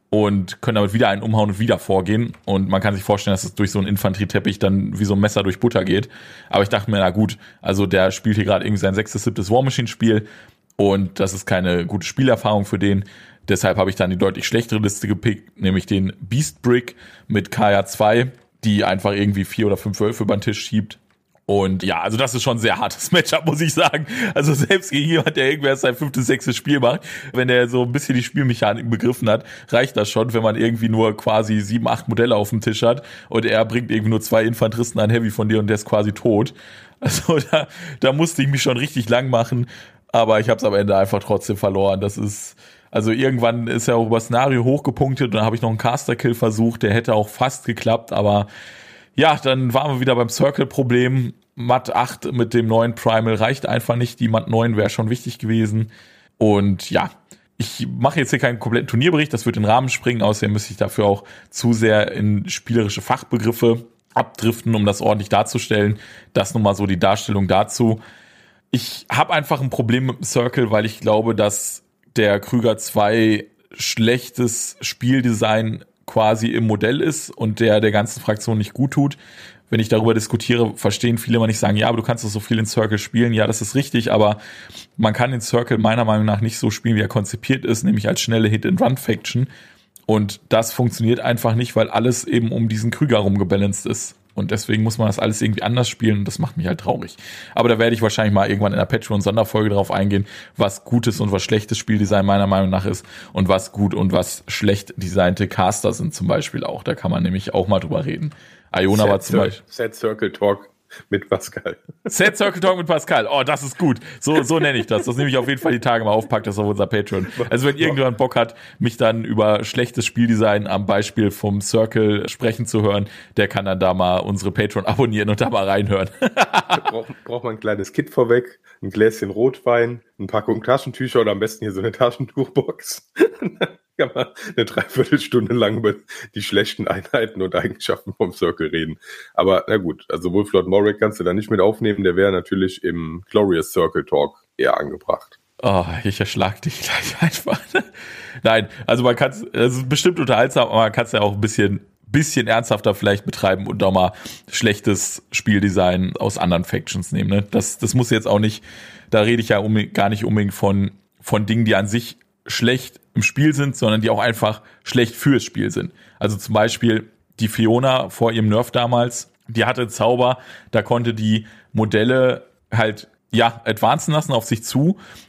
Und können damit wieder einen umhauen und wieder vorgehen. Und man kann sich vorstellen, dass es durch so einen Infanterieteppich dann wie so ein Messer durch Butter geht. Aber ich dachte mir, na gut, also der spielt hier gerade irgendwie sein 6., 7. War Machine-Spiel. Und das ist keine gute Spielerfahrung für den. Deshalb habe ich dann die deutlich schlechtere Liste gepickt, nämlich den Beast Brick mit KR2, die einfach irgendwie 4 oder 5 Wölfe über den Tisch schiebt. Und ja, also das ist schon ein sehr hartes Matchup, muss ich sagen. Also selbst gegen jemand, der irgendwer sein 5., 6. Spiel macht, wenn der so ein bisschen die Spielmechanik begriffen hat, reicht das schon, wenn man irgendwie nur quasi 7, 8 Modelle auf dem Tisch hat und er bringt irgendwie nur 2 Infanteristen an Heavy von dir und der ist quasi tot. Also da musste ich mich schon richtig lang machen, aber ich habe es am Ende einfach trotzdem verloren. Also irgendwann ist er auch über Szenario hochgepunktet und dann habe ich noch einen Caster-Kill versucht, der hätte auch fast geklappt, aber ja, dann waren wir wieder beim Circle-Problem. Mat 8 mit dem neuen Primal reicht einfach nicht. Die Mat 9 wäre schon wichtig gewesen. Und ja, ich mache jetzt hier keinen kompletten Turnierbericht. Das wird in den Rahmen springen. Außerdem müsste ich dafür auch zu sehr in spielerische Fachbegriffe abdriften, um das ordentlich darzustellen. Das nun mal so die Darstellung dazu. Ich habe einfach ein Problem mit dem Circle, weil ich glaube, dass der Krüger 2 schlechtes Spieldesign quasi im Modell ist und der ganzen Fraktion nicht gut tut. Wenn ich darüber diskutiere, verstehen viele immer nicht, sagen, ja, aber du kannst doch so viel in Circle spielen. Ja, das ist richtig, aber man kann den Circle meiner Meinung nach nicht so spielen, wie er konzipiert ist, nämlich als schnelle Hit-and-Run-Faction. Und das funktioniert einfach nicht, weil alles eben um diesen Krüger rumgebalanced ist. Und deswegen muss man das alles irgendwie anders spielen und das macht mich halt traurig. Aber da werde ich wahrscheinlich mal irgendwann in der Patreon-Sonderfolge drauf eingehen, was gutes und was schlechtes Spieldesign meiner Meinung nach ist und was gut und was schlecht designte Caster sind zum Beispiel auch. Da kann man nämlich auch mal drüber reden. Iona war zum Beispiel... Set Circle Talk mit Pascal. Set Circle Talk mit Pascal. Oh, das ist gut. So nenne ich das. Das nehme ich auf jeden Fall die Tage mal auf, pack das auf unser Patreon. Also wenn irgendjemand Bock hat, mich dann über schlechtes Spieldesign am Beispiel vom Circle sprechen zu hören, der kann dann da mal unsere Patreon abonnieren und da mal reinhören. Braucht man ein kleines Kit vorweg, ein Gläschen Rotwein, eine Packung Taschentücher oder am besten hier so eine Taschentuchbox. Kann man eine Dreiviertelstunde lang über die schlechten Einheiten und Eigenschaften vom Circle reden. Aber na gut, also Wolflord Morrick kannst du da nicht mit aufnehmen, der wäre natürlich im Glorious Circle Talk eher angebracht. Oh, ich erschlag dich gleich einfach. Nein, also man kann es bestimmt unterhaltsam, aber man kann es ja auch ein bisschen ernsthafter vielleicht betreiben und auch mal schlechtes Spieldesign aus anderen Factions nehmen. Ne? Das muss jetzt auch nicht, da rede ich ja gar nicht unbedingt von Dingen, die an sich schlecht im Spiel sind, sondern die auch einfach schlecht fürs Spiel sind. Also zum Beispiel die Fiona vor ihrem Nerf damals, die hatte Zauber, da konnte die Modelle halt advancen lassen auf sich zu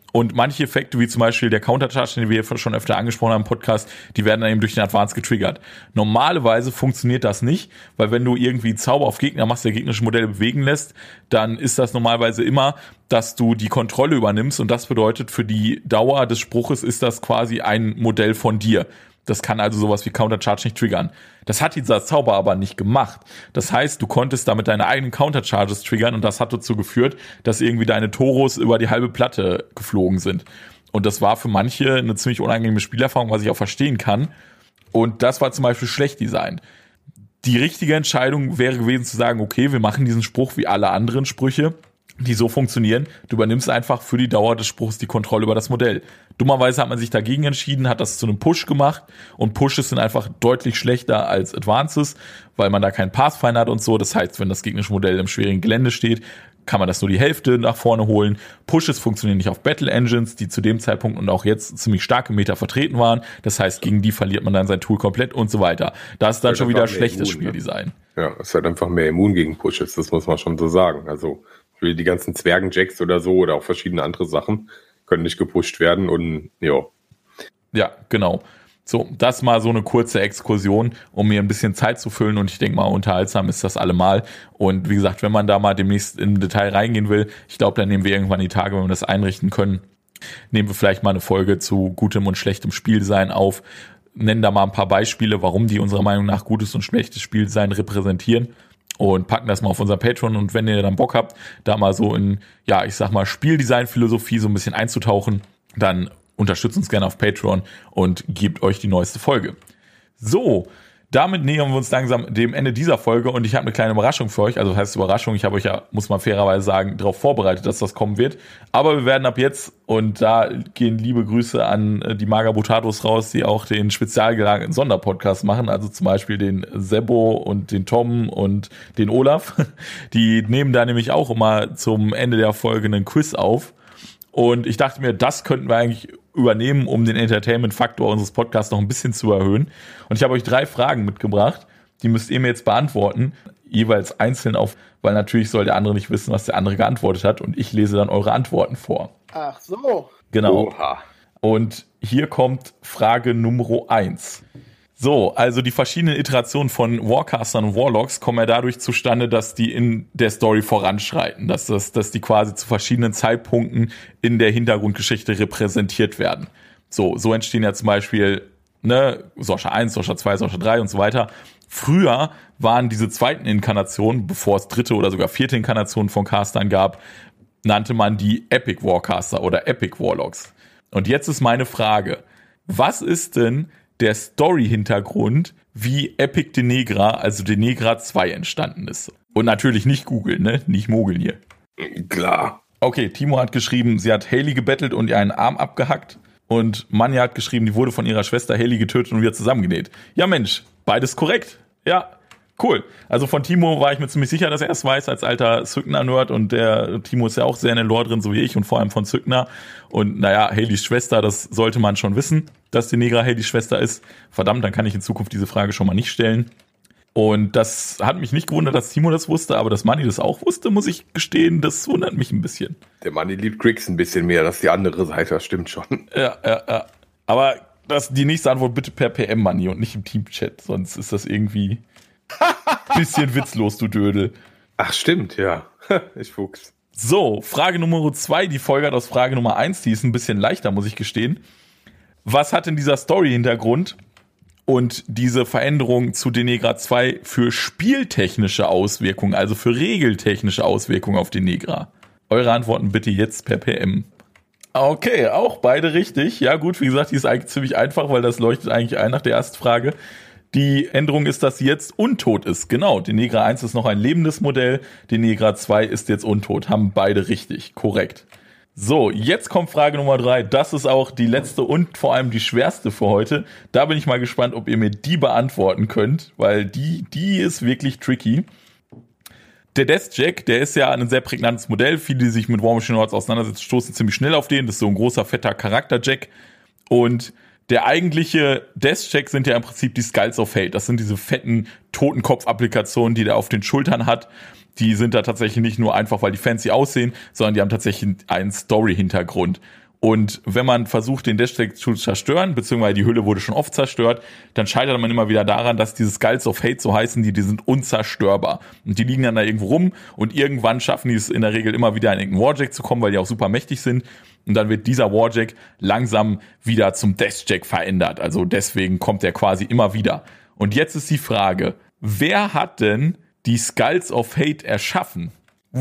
Und manche Effekte, wie zum Beispiel der Countercharge, den wir schon öfter angesprochen haben im Podcast, die werden dann eben durch den Advance getriggert. Normalerweise funktioniert das nicht, weil wenn du irgendwie Zauber auf Gegner machst, der gegnerische Modelle bewegen lässt, dann ist das normalerweise immer, dass du die Kontrolle übernimmst und das bedeutet, für die Dauer des Spruches ist das quasi ein Modell von dir. Das kann also sowas wie Countercharge nicht triggern. Das hat dieser Zauber aber nicht gemacht. Das heißt, du konntest damit deine eigenen Countercharges triggern und das hat dazu geführt, dass irgendwie deine Toros über die halbe Platte geflogen sind. Und das war für manche eine ziemlich unangenehme Spielerfahrung, was ich auch verstehen kann. Und das war zum Beispiel schlecht designt. Die richtige Entscheidung wäre gewesen zu sagen, okay, wir machen diesen Spruch wie alle anderen Sprüche, die so funktionieren. Du übernimmst einfach für die Dauer des Spruchs die Kontrolle über das Modell. Dummerweise hat man sich dagegen entschieden, hat das zu einem Push gemacht und Pushes sind einfach deutlich schlechter als Advances, weil man da keinen Pathfinder hat und so. Das heißt, wenn das gegnerische Modell im schwierigen Gelände steht, kann man das nur die Hälfte nach vorne holen. Pushes funktionieren nicht auf Battle Engines, die zu dem Zeitpunkt und auch jetzt ziemlich stark im Meta vertreten waren. Das heißt, gegen die verliert man dann sein Tool komplett und so weiter. Das ist dann schon wieder schlechtes Spieldesign. Ne? Ja, es ist halt einfach mehr immun gegen Pushes, das muss man schon so sagen. Also die ganzen Zwergenjacks oder so oder auch verschiedene andere Sachen können nicht gepusht werden und ja. Ja, genau. So, das mal so eine kurze Exkursion, um mir ein bisschen Zeit zu füllen und ich denke mal, unterhaltsam ist das allemal. Und wie gesagt, wenn man da mal demnächst im Detail reingehen will, ich glaube, dann nehmen wir irgendwann die Tage, wenn wir das einrichten können, nehmen wir vielleicht mal eine Folge zu gutem und schlechtem Spieldesign auf, nennen da mal ein paar Beispiele, warum die unserer Meinung nach gutes und schlechtes Spieldesign repräsentieren. Und packen das mal auf unser Patreon und wenn ihr dann Bock habt, da mal so in, ja, ich sag mal, Spieldesign-Philosophie so ein bisschen einzutauchen, dann unterstützt uns gerne auf Patreon und gebt euch die neueste Folge. So, damit nähern wir uns langsam dem Ende dieser Folge und ich habe eine kleine Überraschung für euch. Also das heißt Überraschung, ich habe euch ja, muss man fairerweise sagen, darauf vorbereitet, dass das kommen wird. Aber wir werden ab jetzt, und da gehen liebe Grüße an die Magabotatos raus, die auch den spezial gelagerten Sonderpodcast machen, also zum Beispiel den Sebo und den Tom und den Olaf. Die nehmen da nämlich auch immer zum Ende der Folge einen Quiz auf. Und ich dachte mir, das könnten wir eigentlich übernehmen, um den Entertainment-Faktor unseres Podcasts noch ein bisschen zu erhöhen. Und ich habe euch 3 Fragen mitgebracht, die müsst ihr mir jetzt beantworten, jeweils einzeln auf, weil natürlich soll der andere nicht wissen, was der andere geantwortet hat und ich lese dann eure Antworten vor. Ach so. Genau. Oha. Und hier kommt Frage Nummer 1. So, also die verschiedenen Iterationen von Warcastern und Warlocks kommen ja dadurch zustande, dass die in der Story voranschreiten, dass die quasi zu verschiedenen Zeitpunkten in der Hintergrundgeschichte repräsentiert werden. So entstehen ja zum Beispiel, Sorcha 1, Sorcha 2, Sorcha 3 und so weiter. Früher waren diese zweiten Inkarnationen, bevor es dritte oder sogar vierte Inkarnationen von Castern gab, nannte man die Epic Warcaster oder Epic Warlocks. Und jetzt ist meine Frage, was ist denn der Story-Hintergrund, wie Epic Denegra, also Denegra 2 entstanden ist? Und natürlich nicht googeln, ne? Nicht mogeln hier. Klar. Okay, Timo hat geschrieben, sie hat Hayley gebettelt und ihr einen Arm abgehackt. Und Manja hat geschrieben, die wurde von ihrer Schwester Hayley getötet und wieder zusammengenäht. Ja Mensch, beides korrekt. Ja, cool. Also von Timo war ich mir ziemlich sicher, dass er es weiß, als alter Zückner-Nerd. Und der Timo ist ja auch sehr in der Lore drin, so wie ich, und vor allem von Zückner. Und naja, Haleys Schwester, das sollte man schon wissen, dass Denegra Haleys Schwester ist. Verdammt, dann kann ich in Zukunft diese Frage schon mal nicht stellen. Und das hat mich nicht gewundert, dass Timo das wusste, aber dass Manni das auch wusste, muss ich gestehen, das wundert mich ein bisschen. Der Manni liebt Griggs ein bisschen mehr, das ist die andere Seite, das stimmt schon. Ja. Aber die nächste Antwort bitte per PM, Manni, und nicht im Teamchat, sonst ist das irgendwie bisschen witzlos, du Dödel. Ach, stimmt, ja. Ich Fuchs. So, Frage Nummer 2, die folgert aus Frage Nummer 1, die ist ein bisschen leichter, muss ich gestehen. Was hat denn dieser Story-Hintergrund und diese Veränderung zu Denegra 2 für spieltechnische Auswirkungen, also für regeltechnische Auswirkungen auf Denegra? Eure Antworten bitte jetzt per PM. Okay, auch beide richtig. Ja gut, wie gesagt, die ist eigentlich ziemlich einfach, weil das leuchtet eigentlich ein nach der ersten Frage. Die Änderung ist, dass sie jetzt untot ist. Genau, Denegra 1 ist noch ein lebendes Modell, Denegra 2 ist jetzt untot. Haben beide richtig, korrekt. So, jetzt kommt Frage Nummer 3. Das ist auch die letzte und vor allem die schwerste für heute. Da bin ich mal gespannt, ob ihr mir die beantworten könnt, weil die ist wirklich tricky. Der Deathjack, der ist ja ein sehr prägnantes Modell. Viele, die sich mit War Machine Hordes auseinandersetzen, stoßen ziemlich schnell auf den. Das ist so ein großer, fetter Charakterjack. Und der eigentliche Deathjack sind ja im Prinzip die Skulls of Hate. Das sind diese fetten Totenkopf-Applikationen, die der auf den Schultern hat. Die sind da tatsächlich nicht nur einfach, weil die fancy aussehen, sondern die haben tatsächlich einen Story-Hintergrund. Und wenn man versucht, den Death-Jack zu zerstören, beziehungsweise die Hülle wurde schon oft zerstört, dann scheitert man immer wieder daran, dass diese Skulls of Hate, so heißen die sind unzerstörbar. Und die liegen dann da irgendwo rum und irgendwann schaffen die es in der Regel immer wieder in irgendeinen Warjack zu kommen, weil die auch super mächtig sind. Und dann wird dieser Warjack langsam wieder zum Death-Jack verändert. Also deswegen kommt er quasi immer wieder. Und jetzt ist die Frage, wer hat denn die Skulls of Hate erschaffen?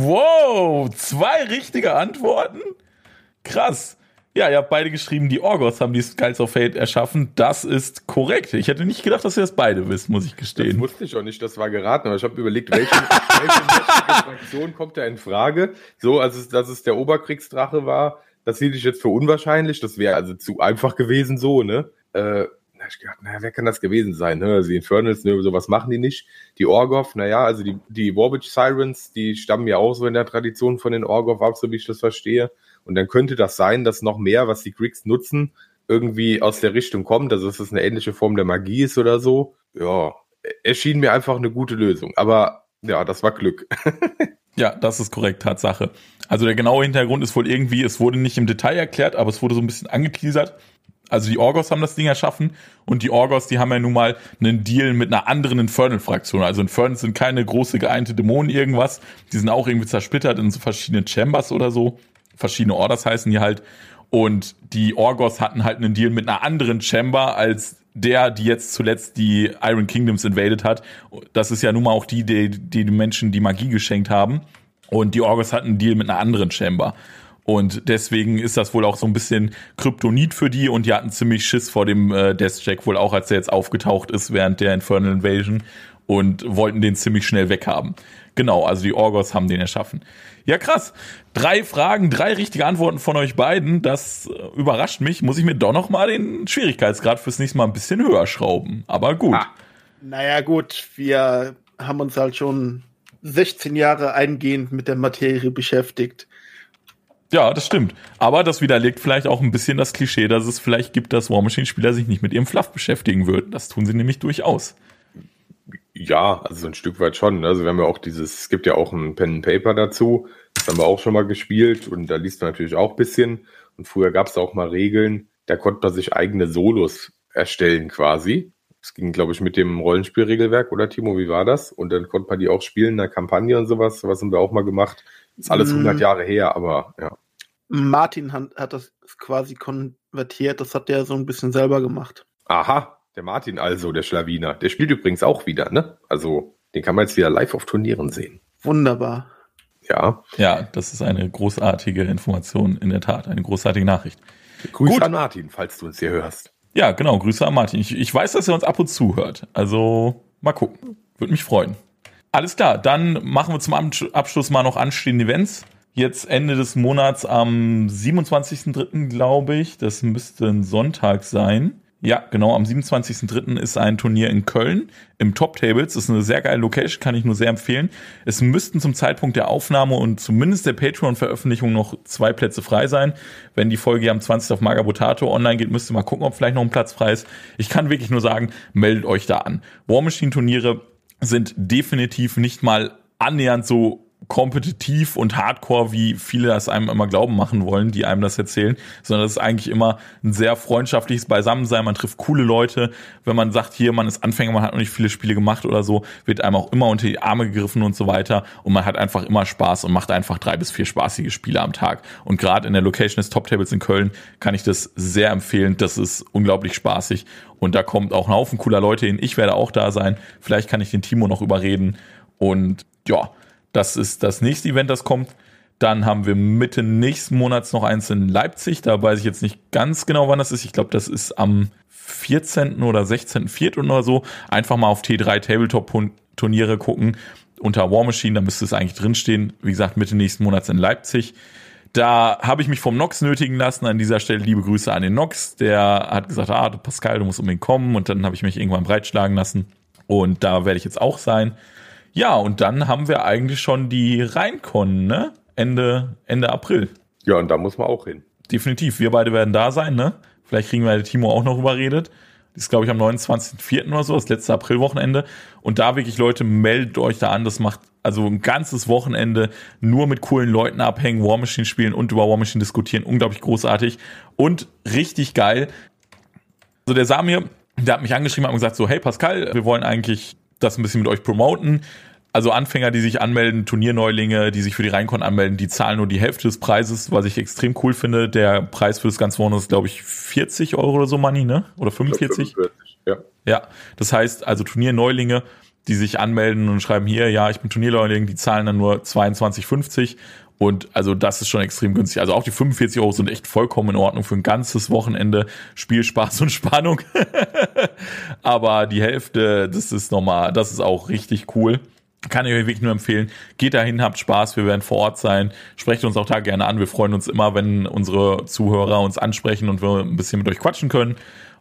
Wow, 2 richtige Antworten? Krass. Ja, ihr habt beide geschrieben, die Orgoth haben die Skulls of Hate erschaffen. Das ist korrekt. Ich hätte nicht gedacht, dass ihr das beide wisst, muss ich gestehen. Das wusste ich auch nicht, das war geraten, aber ich habe überlegt, welche mächtige Fraktion kommt da in Frage. So, als dass es der Oberkriegsdrache war, das hielt ich jetzt für unwahrscheinlich. Das wäre also zu einfach gewesen so, ne? Ich gedacht, naja, wer kann das gewesen sein? Ne? Also die Infernals, ne, sowas machen die nicht. Die Orgoth, naja, also die Warbitch Sirens, die stammen ja auch so in der Tradition von den Orgoth ab, so wie ich das verstehe. Und dann könnte das sein, dass noch mehr, was die Griegs nutzen, irgendwie aus der Richtung kommt, also dass das eine ähnliche Form der Magie ist oder so. Ja, erschien mir einfach eine gute Lösung. Aber ja, das war Glück. Ja, das ist korrekt, Tatsache. Also der genaue Hintergrund ist wohl irgendwie, es wurde nicht im Detail erklärt, aber es wurde so ein bisschen angeteasert. Also die Orgoths haben das Ding erschaffen und die Orgoths, die haben ja nun mal einen Deal mit einer anderen Infernal-Fraktion. Also Infernals sind keine große geeinte Dämonen irgendwas. Die sind auch irgendwie zersplittert in so verschiedene Chambers oder so. Verschiedene Orders heißen die halt. Und die Orgoths hatten halt einen Deal mit einer anderen Chamber als der, die jetzt zuletzt die Iron Kingdoms invaded hat. Das ist ja nun mal auch die Menschen die Magie geschenkt haben. Und die Orgoths hatten einen Deal mit einer anderen Chamber. Und deswegen ist das wohl auch so ein bisschen Kryptonit für die und die hatten ziemlich Schiss vor dem Death-Jack wohl auch, als er jetzt aufgetaucht ist während der Infernal Invasion und wollten den ziemlich schnell weghaben. Genau, also die Orgoths haben den erschaffen. Ja, krass. 3 Fragen, 3 richtige Antworten von euch beiden. Das überrascht mich. Muss ich mir doch noch mal den Schwierigkeitsgrad fürs nächste Mal ein bisschen höher schrauben. Aber gut. Naja, gut. Wir haben uns halt schon 16 Jahre eingehend mit der Materie beschäftigt. Ja, das stimmt. Aber das widerlegt vielleicht auch ein bisschen das Klischee, dass es vielleicht gibt, dass War Machine-Spieler sich nicht mit ihrem Fluff beschäftigen würden. Das tun sie nämlich durchaus. Ja, also ein Stück weit schon. Also wir haben ja auch es gibt ja auch ein Pen and Paper dazu. Das haben wir auch schon mal gespielt und da liest man natürlich auch ein bisschen. Und früher gab es auch mal Regeln, da konnte man sich eigene Solos erstellen quasi. Das ging, glaube ich, mit dem Rollenspielregelwerk, oder Timo, wie war das? Und dann konnte man die auch spielen in der Kampagne und sowas. Sowas haben wir auch mal gemacht. Ist alles 100 Jahre her, aber ja. Martin hat das quasi konvertiert. Das hat der so ein bisschen selber gemacht. Aha, der Martin also, der Schlawiner. Der spielt übrigens auch wieder, ne? Also, den kann man jetzt wieder live auf Turnieren sehen. Wunderbar. Ja. Ja, das ist eine großartige Information, in der Tat. Eine großartige Nachricht. Grüße an Martin, falls du uns hier hörst. Ja, genau, Grüße an Martin. Ich weiß, dass er uns ab und zu hört. Also, mal gucken. Würde mich freuen. Alles klar, dann machen wir zum Abschluss mal noch anstehende Events. Jetzt Ende des Monats am 27.03., glaube ich. Das müsste ein Sonntag sein. Ja, genau, am 27.03. ist ein Turnier in Köln im Top Tables. Das ist eine sehr geile Location, kann ich nur sehr empfehlen. Es müssten zum Zeitpunkt der Aufnahme und zumindest der Patreon-Veröffentlichung noch 2 Plätze frei sein. Wenn die Folge am 20. auf Magabotato online geht, müsst ihr mal gucken, ob vielleicht noch ein Platz frei ist. Ich kann wirklich nur sagen, meldet euch da an. War Machine Turniere sind definitiv nicht mal annähernd so kompetitiv und hardcore, wie viele das einem immer glauben machen wollen, die einem das erzählen, sondern das ist eigentlich immer ein sehr freundschaftliches Beisammensein, man trifft coole Leute, wenn man sagt, hier, man ist Anfänger, man hat noch nicht viele Spiele gemacht oder so, wird einem auch immer unter die Arme gegriffen und so weiter und man hat einfach immer Spaß und macht einfach 3 bis 4 spaßige Spiele am Tag und gerade in der Location des Top Tables in Köln kann ich das sehr empfehlen, das ist unglaublich spaßig und da kommt auch ein Haufen cooler Leute hin, ich werde auch da sein, vielleicht kann ich den Timo noch überreden und ja, das ist das nächste Event, das kommt. Dann haben wir Mitte nächsten Monats noch eins in Leipzig. Da weiß ich jetzt nicht ganz genau, wann das ist. Ich glaube, das ist am 14. oder 16.04. oder so. Einfach mal auf T3 Tabletop-Turniere gucken. Unter War Machine, da müsste es eigentlich drinstehen. Wie gesagt, Mitte nächsten Monats in Leipzig. Da habe ich mich vom Nox nötigen lassen. An dieser Stelle liebe Grüße an den Nox. Der hat gesagt, Pascal, du musst unbedingt kommen. Und dann habe ich mich irgendwann breitschlagen lassen. Und da werde ich jetzt auch sein. Ja, und dann haben wir eigentlich schon die Rheinkon, ne? Ende April. Ja, und da muss man auch hin. Definitiv. Wir beide werden da sein, ne? Vielleicht kriegen wir den Timo auch noch überredet. ist, glaube ich, am 29.04. oder so, das letzte Aprilwochenende. Und da wirklich, Leute, meldet euch da an. Das macht also ein ganzes Wochenende nur mit coolen Leuten abhängen, War Machine spielen und über War Machine diskutieren. Unglaublich großartig und richtig geil. Also der Samir, der hat mich angeschrieben, hat gesagt so, hey Pascal, wir wollen eigentlich das ein bisschen mit euch promoten. Also Anfänger, die sich anmelden, Turnierneulinge, die sich für die Rheinkon anmelden, die zahlen nur die Hälfte des Preises, was ich extrem cool finde. Der Preis für das ganze Wochenende ist, glaube ich, 40 € oder so Money, ne? Oder 45? 45, ja. Ja, das heißt, also Turnierneulinge, die sich anmelden und schreiben hier, ja, ich bin Turnierneuling, die zahlen dann nur 22,50 und also das ist schon extrem günstig. Also auch die 45 € sind echt vollkommen in Ordnung für ein ganzes Wochenende Spiel, Spaß und Spannung. Aber die Hälfte, das ist auch richtig cool. Kann ich euch wirklich nur empfehlen. Geht dahin, habt Spaß, wir werden vor Ort sein. Sprecht uns auch da gerne an. Wir freuen uns immer, wenn unsere Zuhörer uns ansprechen und wir ein bisschen mit euch quatschen können.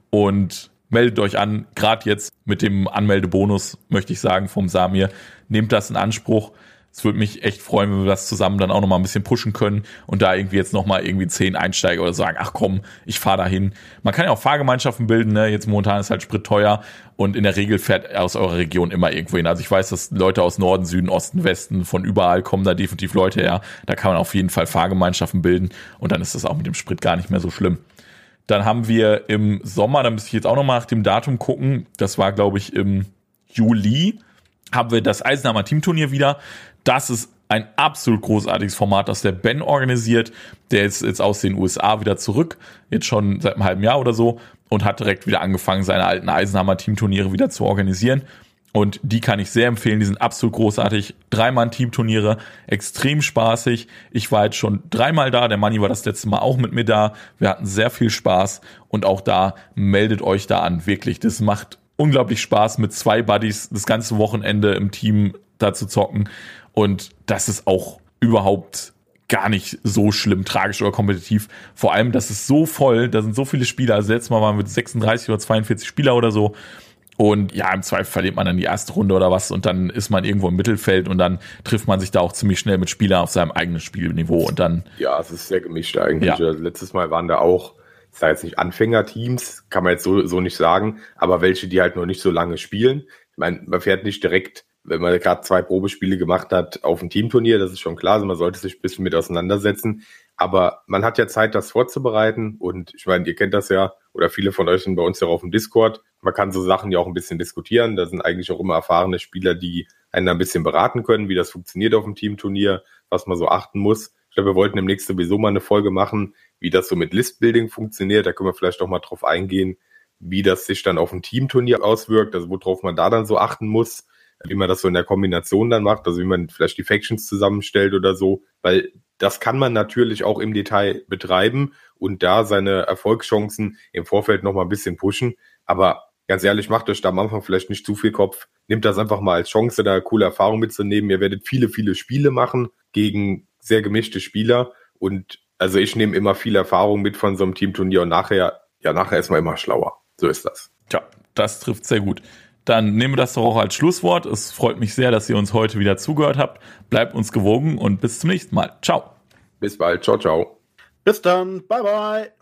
Und meldet euch an, gerade jetzt mit dem Anmeldebonus, möchte ich sagen, vom Samir. Nehmt das in Anspruch. Es würde mich echt freuen, wenn wir das zusammen dann auch nochmal ein bisschen pushen können und da irgendwie jetzt nochmal 10 Einsteiger oder sagen, ach komm, ich fahre dahin. Man kann ja auch Fahrgemeinschaften bilden, ne? Jetzt momentan ist halt Sprit teuer und in der Regel fährt aus eurer Region immer irgendwo hin. Also ich weiß, dass Leute aus Norden, Süden, Osten, Westen, von überall kommen da definitiv Leute her. Da kann man auf jeden Fall Fahrgemeinschaften bilden und dann ist das auch mit dem Sprit gar nicht mehr so schlimm. Dann haben wir im Sommer, da müsste ich jetzt auch nochmal nach dem Datum gucken, das war glaube ich im Juli, haben wir das Eisenhammer Teamturnier wieder. Das ist ein absolut großartiges Format, das der Ben organisiert. Der ist jetzt aus den USA wieder zurück, jetzt schon seit einem halben Jahr oder so und hat direkt wieder angefangen, seine alten Eisenhammer Teamturniere wieder zu organisieren. Und die kann ich sehr empfehlen, die sind absolut großartig. 3-Mann-Teamturniere, extrem spaßig. Ich war jetzt schon 3-mal da, der Manni war das letzte Mal auch mit mir da. Wir hatten sehr viel Spaß und auch da meldet euch da an, wirklich. Das macht unglaublich Spaß, mit 2 Buddies das ganze Wochenende im Team da zu zocken. Und das ist auch überhaupt gar nicht so schlimm, tragisch oder kompetitiv. Vor allem, das ist so voll, da sind so viele Spieler. Also letztes Mal waren wir 36 oder 42 Spieler oder so. Und ja, im Zweifel verliert man dann die erste Runde oder was und dann ist man irgendwo im Mittelfeld und dann trifft man sich da auch ziemlich schnell mit Spielern auf seinem eigenen Spielniveau und dann... Ja, es ist sehr gemischt eigentlich. Ja. Also letztes Mal waren da auch, ich sage jetzt nicht Anfängerteams, kann man jetzt so nicht sagen, aber welche, die halt noch nicht so lange spielen. Ich meine, man fährt nicht direkt, wenn man gerade 2 Probespiele gemacht hat, auf ein Teamturnier, das ist schon klar, also man sollte sich ein bisschen mit auseinandersetzen. Aber man hat ja Zeit, das vorzubereiten und ich meine, ihr kennt das ja, oder viele von euch sind bei uns ja auf dem Discord. Man kann so Sachen ja auch ein bisschen diskutieren. Da sind eigentlich auch immer erfahrene Spieler, die einen da ein bisschen beraten können, wie das funktioniert auf dem Teamturnier, was man so achten muss. Ich glaube, wir wollten demnächst sowieso mal eine Folge machen, wie das so mit Listbuilding funktioniert. Da können wir vielleicht auch mal drauf eingehen, wie das sich dann auf ein Teamturnier auswirkt, also worauf man da dann so achten muss, wie man das so in der Kombination dann macht, also wie man vielleicht die Factions zusammenstellt oder so, weil das kann man natürlich auch im Detail betreiben und da seine Erfolgschancen im Vorfeld noch mal ein bisschen pushen, aber ganz ehrlich, macht euch da am Anfang vielleicht nicht zu viel Kopf, nehmt das einfach mal als Chance, da eine coole Erfahrung mitzunehmen, ihr werdet viele, viele Spiele machen gegen sehr gemischte Spieler und also ich nehme immer viel Erfahrung mit von so einem Teamturnier und nachher ist man immer schlauer, so ist das. Tja, das trifft sehr gut. Dann nehmen wir das doch auch als Schlusswort. Es freut mich sehr, dass ihr uns heute wieder zugehört habt. Bleibt uns gewogen und bis zum nächsten Mal. Ciao. Bis bald. Ciao, ciao. Bis dann. Bye, bye.